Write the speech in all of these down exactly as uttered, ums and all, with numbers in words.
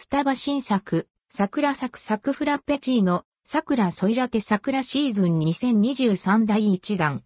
スタバ新作、桜サクサクフラペチーノ、桜ソイラテ桜シーズンにせんにじゅうさんだいいちだん。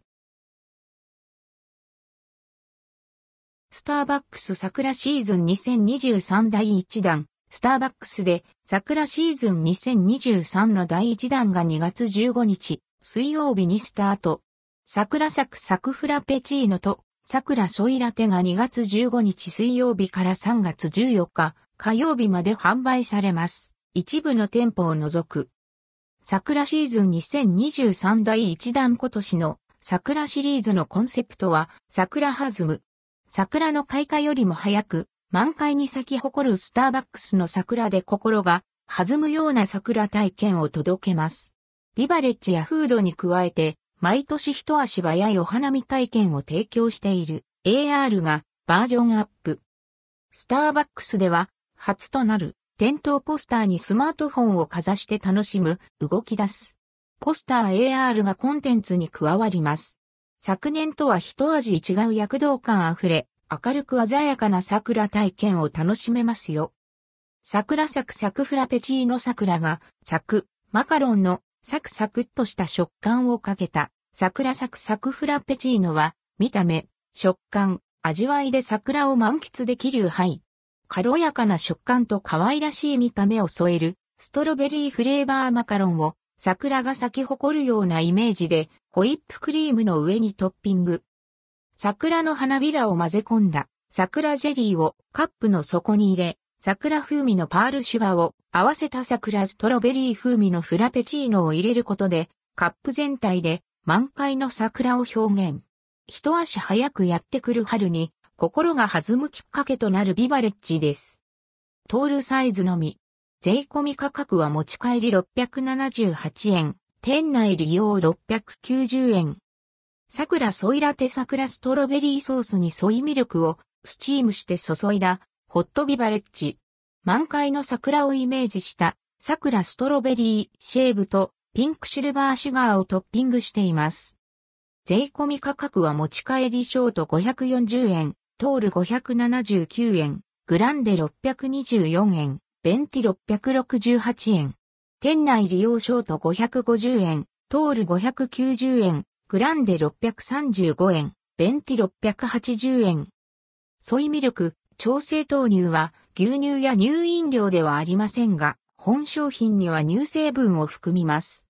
スターバックス桜シーズンにせんにじゅうさんだいいちだん。スターバックスで桜シーズンにせんにじゅうさんのだいいちだんがにがつじゅうごにち水曜日にスタート。桜サクサクフラペチーノと桜ソイラテがにがつじゅうごにち水曜日からさんがつじゅうよっか火曜日まで販売されます。一部の店舗を除く。桜シーズンにせんにじゅうさんだいいちだん今年の桜シリーズのコンセプトは桜弾む。桜の開花よりも早く満開に咲き誇るスターバックスの桜で心が弾むような桜体験を届けます。ビバレッジやフードに加えて毎年一足早いお花見体験を提供している エーアール がバージョンアップ。スターバックスでは初となる店頭ポスターにスマートフォンをかざして楽しむ動き出す。ポスター エーアール がコンテンツに加わります。昨年とは一味違う躍動感あふれ、明るく鮮やかな桜体験を楽しめますよ。桜サクサクフラペチーノ桜が咲くマカロンのサクサクっとした食感をかけた桜サクサクフラペチーノは見た目、食感、味わいで桜を満喫できるハイ。軽やかな食感と可愛らしい見た目を添えるストロベリーフレーバーマカロンを桜が咲き誇るようなイメージでホイップクリームの上にトッピング。桜の花びらを混ぜ込んだ桜ジェリーをカップの底に入れ、桜風味のパールシュガーを合わせた桜ストロベリー風味のフラペチーノを入れることでカップ全体で満開の桜を表現。一足早くやってくる春に心が弾むきっかけとなるビバレッジです。トールサイズのみ。税込み価格は持ち帰りろっぴゃくななじゅうはちえん。店内利用ろっぴゃくきゅうじゅうえん。桜ソイラテ桜ストロベリーソースにソイミルクをスチームして注いだホットビバレッジ。満開の桜をイメージした桜ストロベリーシェーブとピンクシルバーシュガーをトッピングしています。税込み価格は持ち帰りショートごひゃくよんじゅうえん。トールごひゃくななじゅうきゅうえん、グランデろっぴゃくにじゅうよんえん、ベンティろっぴゃくろくじゅうはちえん。店内利用ショートごひゃくごじゅうえん、トールごひゃくきゅうじゅうえん、グランデろっぴゃくさんじゅうごえん、ベンティろっぴゃくはちじゅうえん。ソイミルク、調整豆乳は牛乳や乳飲料ではありませんが、本商品には乳成分を含みます。